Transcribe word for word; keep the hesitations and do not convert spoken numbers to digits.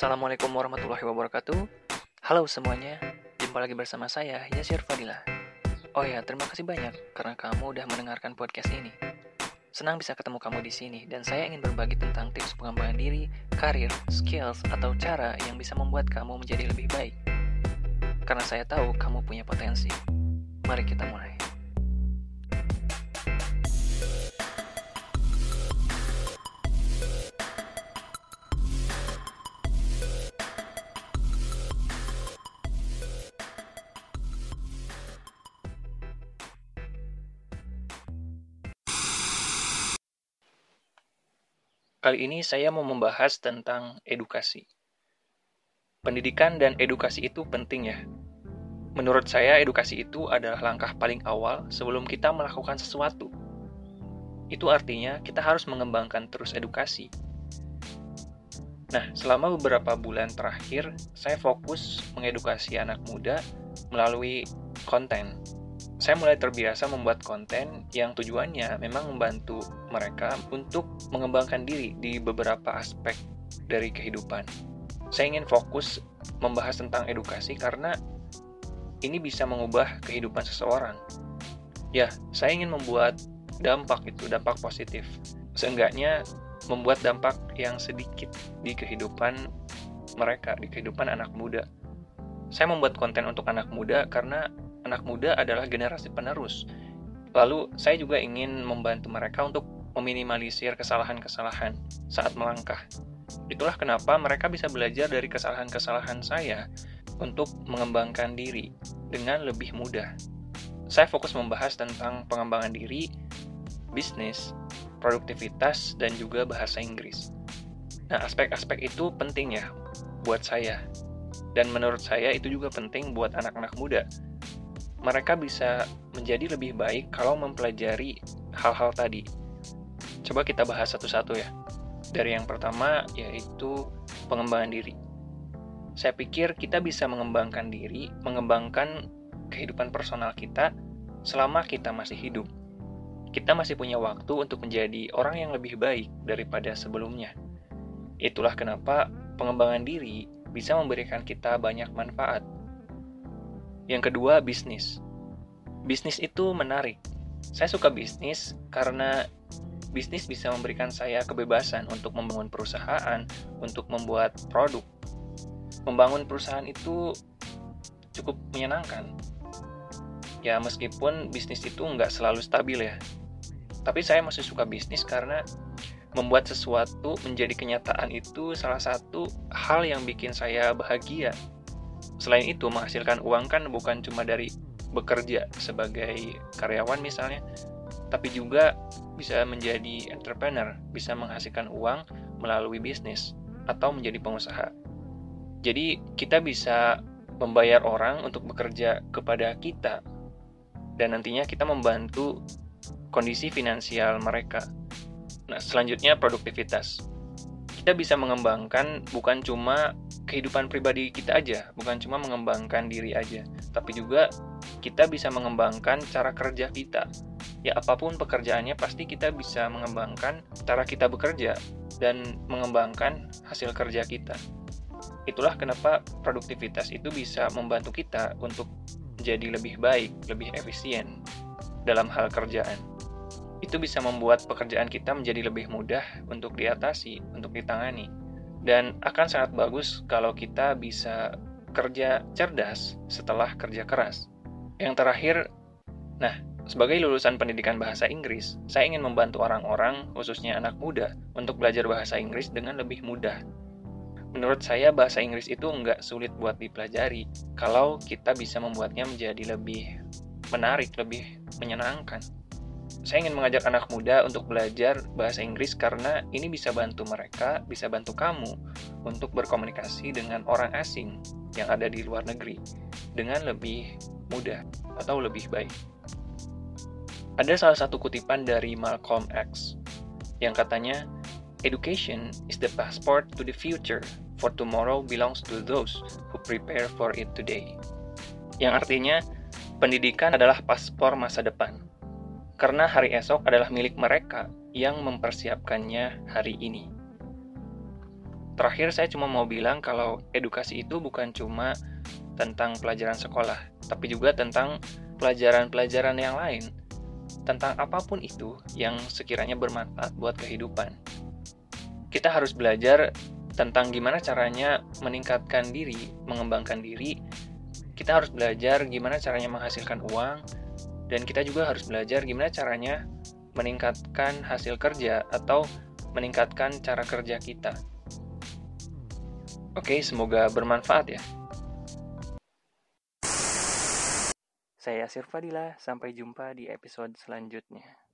Assalamualaikum warahmatullahi wabarakatuh. Halo semuanya, jumpa lagi bersama saya, Yasir Fadila. Oh ya, terima kasih banyak karena kamu udah mendengarkan podcast ini. Senang bisa ketemu kamu di sini dan saya ingin berbagi tentang tips pengembangan diri, karir, skills, atau cara yang bisa membuat kamu menjadi lebih baik. Karena saya tahu kamu punya potensi. Mari kita mulai. Kali ini saya mau membahas tentang edukasi. Pendidikan dan edukasi itu penting ya. Menurut saya edukasi itu adalah langkah paling awal sebelum kita melakukan sesuatu. Itu artinya kita harus mengembangkan terus edukasi. Nah, selama beberapa bulan terakhir, saya fokus mengedukasi anak muda melalui konten. Saya mulai terbiasa membuat konten yang tujuannya memang membantu mereka untuk mengembangkan diri di beberapa aspek dari kehidupan. Saya ingin fokus membahas tentang edukasi karena ini bisa mengubah kehidupan seseorang. Ya, saya ingin membuat dampak itu, dampak positif. Seenggaknya membuat dampak yang sedikit di kehidupan mereka, di kehidupan anak muda. Saya membuat konten untuk anak muda karena anak muda adalah generasi penerus. Lalu, saya juga ingin membantu mereka untuk meminimalisir kesalahan-kesalahan saat melangkah. Itulah kenapa mereka bisa belajar dari kesalahan-kesalahan saya untuk mengembangkan diri dengan lebih mudah. Saya fokus membahas tentang pengembangan diri, bisnis, produktivitas, dan juga bahasa Inggris. Nah, aspek-aspek itu penting ya buat saya. Dan menurut saya itu juga penting buat anak-anak muda. Mereka bisa menjadi lebih baik kalau mempelajari hal-hal tadi. Coba kita bahas satu-satu ya. Dari yang pertama yaitu pengembangan diri. Saya pikir kita bisa mengembangkan diri, mengembangkan kehidupan personal kita selama kita masih hidup. Kita masih punya waktu untuk menjadi orang yang lebih baik daripada sebelumnya. Itulah kenapa pengembangan diri bisa memberikan kita banyak manfaat. Yang kedua, bisnis. Bisnis itu menarik. Saya suka bisnis karena bisnis bisa memberikan saya kebebasan untuk membangun perusahaan, untuk membuat produk. Membangun perusahaan itu cukup menyenangkan. Ya, meskipun bisnis itu nggak selalu stabil ya. Tapi saya masih suka bisnis karena membuat sesuatu menjadi kenyataan itu salah satu hal yang bikin saya bahagia. Selain itu, menghasilkan uang kan bukan cuma dari bekerja sebagai karyawan misalnya, tapi juga bisa menjadi entrepreneur, bisa menghasilkan uang melalui bisnis, atau menjadi pengusaha. Jadi, kita bisa membayar orang untuk bekerja kepada kita, dan nantinya kita membantu kondisi finansial mereka. Nah, selanjutnya produktivitas. Kita bisa mengembangkan bukan cuma kehidupan pribadi kita aja, bukan cuma mengembangkan diri aja, tapi juga kita bisa mengembangkan cara kerja kita. Ya, apapun pekerjaannya pasti kita bisa mengembangkan cara kita bekerja dan mengembangkan hasil kerja kita. Itulah kenapa produktivitas itu bisa membantu kita untuk menjadi lebih baik, lebih efisien dalam hal kerjaan. Itu bisa membuat pekerjaan kita menjadi lebih mudah untuk diatasi, untuk ditangani. Dan akan sangat bagus kalau kita bisa kerja cerdas setelah kerja keras. Yang terakhir, nah, sebagai lulusan pendidikan bahasa Inggris, saya ingin membantu orang-orang, khususnya anak muda, untuk belajar bahasa Inggris dengan lebih mudah. Menurut saya, bahasa Inggris itu nggak sulit buat dipelajari kalau kita bisa membuatnya menjadi lebih menarik, lebih menyenangkan. Saya ingin mengajak anak muda untuk belajar bahasa Inggris karena ini bisa bantu mereka, bisa bantu kamu untuk berkomunikasi dengan orang asing yang ada di luar negeri dengan lebih mudah atau lebih baik. Ada salah satu kutipan dari Malcolm X yang katanya, "Education is the passport to the future, for tomorrow belongs to those who prepare for it today." Yang artinya, pendidikan adalah paspor masa depan. Karena hari esok adalah milik mereka yang mempersiapkannya hari ini. Terakhir, saya cuma mau bilang kalau edukasi itu bukan cuma tentang pelajaran sekolah, tapi juga tentang pelajaran-pelajaran yang lain, tentang apapun itu yang sekiranya bermanfaat buat kehidupan. Kita harus belajar tentang gimana caranya meningkatkan diri, mengembangkan diri. Kita harus belajar gimana caranya menghasilkan uang, dan kita juga harus belajar gimana caranya meningkatkan hasil kerja atau meningkatkan cara kerja kita. Oke, semoga bermanfaat ya. Saya Yasir Fadila, sampai jumpa di episode selanjutnya.